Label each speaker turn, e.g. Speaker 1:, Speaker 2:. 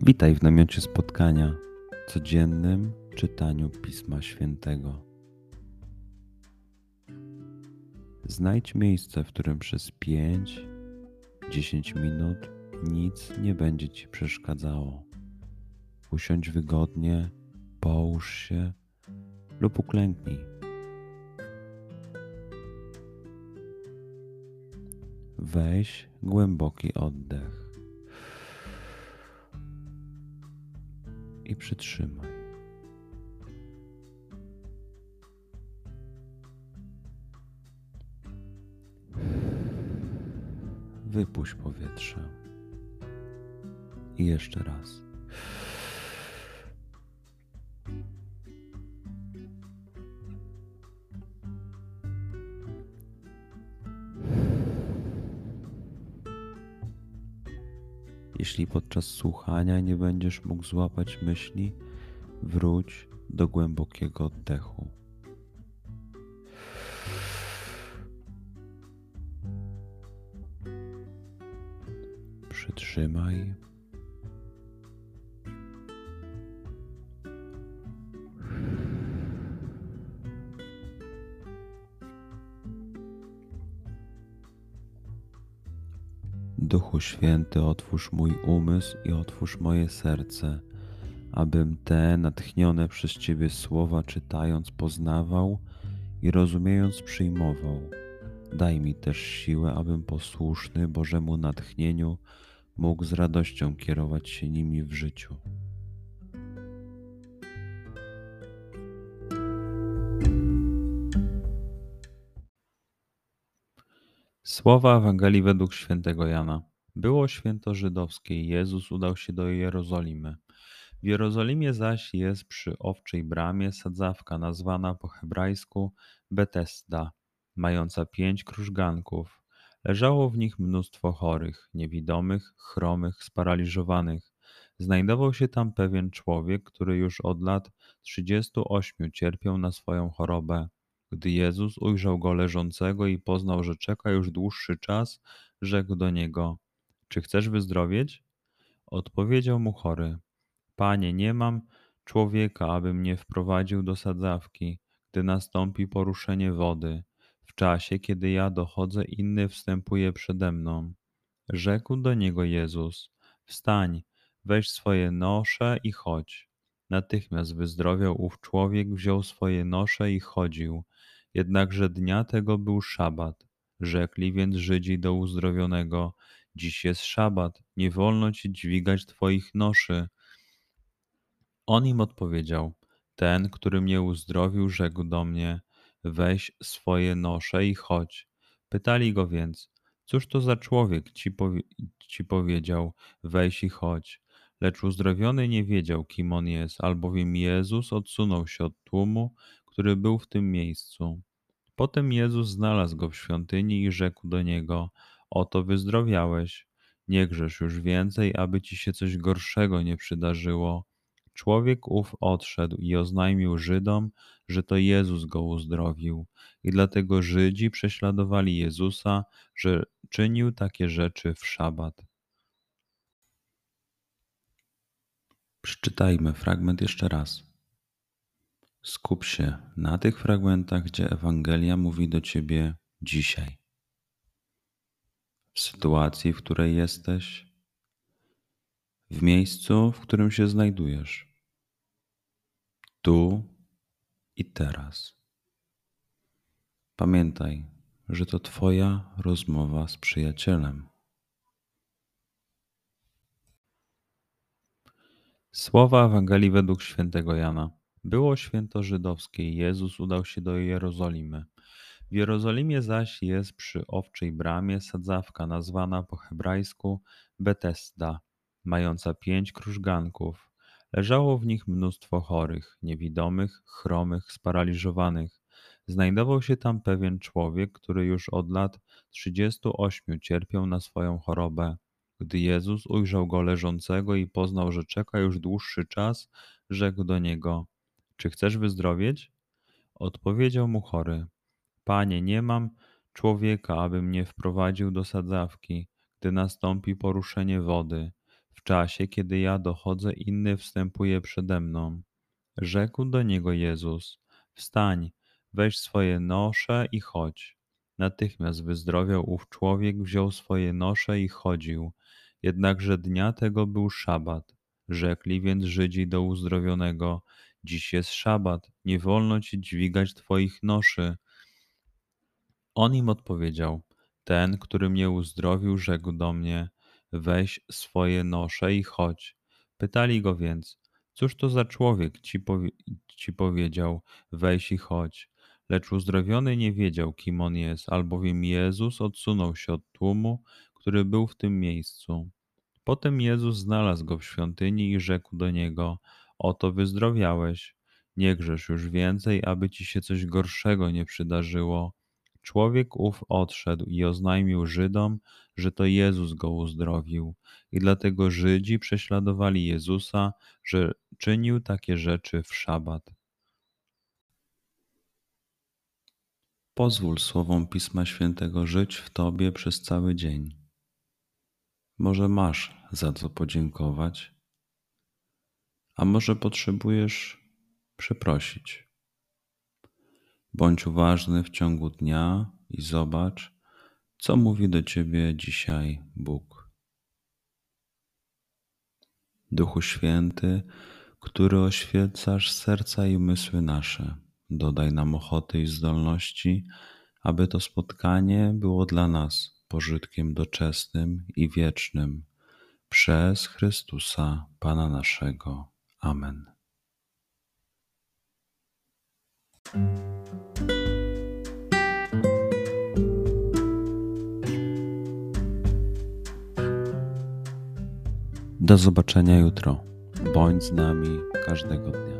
Speaker 1: Witaj w namiocie spotkania, codziennym czytaniu Pisma Świętego. Znajdź miejsce, w którym przez 5-10 minut nic nie będzie Ci przeszkadzało. Usiądź wygodnie, połóż się lub uklęknij. Weź głęboki oddech i przytrzymaj. Wypuść powietrze. I jeszcze raz. Jeśli podczas słuchania nie będziesz mógł złapać myśli, wróć do głębokiego oddechu. Przytrzymaj. Duchu Święty, otwórz mój umysł i otwórz moje serce, abym te natchnione przez Ciebie słowa czytając poznawał i rozumiejąc przyjmował. Daj mi też siłę, abym posłuszny Bożemu natchnieniu mógł z radością kierować się nimi w życiu. Słowa Ewangelii według świętego Jana. Było święto żydowskie i Jezus udał się do Jerozolimy. W Jerozolimie zaś jest przy Owczej Bramie sadzawka nazwana po hebrajsku Betesda, mająca 5 krużganków. Leżało w nich mnóstwo chorych, niewidomych, chromych, sparaliżowanych. Znajdował się tam pewien człowiek, który już od lat 38 cierpiał na swoją chorobę. Gdy Jezus ujrzał go leżącego i poznał, że czeka już dłuższy czas, rzekł do niego: Czy chcesz wyzdrowieć? Odpowiedział mu chory: Panie, nie mam człowieka, aby mnie wprowadził do sadzawki, gdy nastąpi poruszenie wody. W czasie, kiedy ja dochodzę, inny wstępuje przede mną. Rzekł do niego Jezus: Wstań, weź swoje nosze i chodź. Natychmiast wyzdrowiał ów człowiek, wziął swoje nosze i chodził. Jednakże dnia tego był szabat. Rzekli więc Żydzi do uzdrowionego: Dziś jest szabat, nie wolno ci dźwigać twoich noszy. On im odpowiedział: Ten, który mnie uzdrowił, rzekł do mnie: Weź swoje nosze i chodź. Pytali go więc: Cóż to za człowiek ci powiedział: Weź i chodź. Lecz uzdrowiony nie wiedział, kim on jest, albowiem Jezus odsunął się od tłumu, który był w tym miejscu. Potem Jezus znalazł go w świątyni i rzekł do niego: Oto wyzdrowiałeś. Nie grzesz już więcej, aby ci się coś gorszego nie przydarzyło. Człowiek ów odszedł i oznajmił Żydom, że to Jezus go uzdrowił. I dlatego Żydzi prześladowali Jezusa, że czynił takie rzeczy w szabat. Przeczytajmy fragment jeszcze raz. Skup się na tych fragmentach, gdzie Ewangelia mówi do ciebie dzisiaj. W sytuacji, w której jesteś, w miejscu, w którym się znajdujesz, tu i teraz. Pamiętaj, że to Twoja rozmowa z przyjacielem. Słowa Ewangelii według świętego Jana. Było święto żydowskie i Jezus udał się do Jerozolimy. W Jerozolimie zaś jest przy Owczej Bramie sadzawka nazwana po hebrajsku Betesda, mająca 5 krużganków. Leżało w nich mnóstwo chorych, niewidomych, chromych, sparaliżowanych. Znajdował się tam pewien człowiek, który już od lat 38 cierpiał na swoją chorobę. Gdy Jezus ujrzał go leżącego i poznał, że czeka już dłuższy czas, rzekł do niego: Czy chcesz wyzdrowieć? Odpowiedział mu chory: Panie, nie mam człowieka, aby mnie wprowadził do sadzawki, gdy nastąpi poruszenie wody. W W czasie, kiedy ja dochodzę, inny wstępuje przede mną. Rzekł do niego Jezus: Wstań, weź swoje nosze i chodź. Natychmiast wyzdrowiał ów człowiek, wziął swoje nosze i chodził. Jednakże dnia tego był szabat. Rzekli więc Żydzi do uzdrowionego: Dziś jest szabat, nie wolno ci dźwigać twoich noszy. On im odpowiedział: Ten, który mnie uzdrowił, rzekł do mnie: Weź swoje nosze i chodź. Pytali go więc: Cóż to za człowiek ci powiedział: Weź i chodź. Lecz uzdrowiony nie wiedział, kim on jest, albowiem Jezus odsunął się od tłumu, który był w tym miejscu. Potem Jezus znalazł go w świątyni i rzekł do niego: Oto wyzdrowiałeś. Nie grzesz już więcej, aby ci się coś gorszego nie przydarzyło. Człowiek ów odszedł i oznajmił Żydom, że to Jezus go uzdrowił. I dlatego Żydzi prześladowali Jezusa, że czynił takie rzeczy w szabat. Pozwól słowom Pisma Świętego żyć w Tobie przez cały dzień. Może masz za co podziękować, a może potrzebujesz przeprosić. Bądź uważny w ciągu dnia i zobacz, co mówi do Ciebie dzisiaj Bóg. Duchu Święty, który oświecasz serca i umysły nasze, dodaj nam ochoty i zdolności, aby to spotkanie było dla nas pożytkiem doczesnym i wiecznym. Przez Chrystusa, Pana naszego. Amen. Do zobaczenia jutro. Bądź z nami każdego dnia.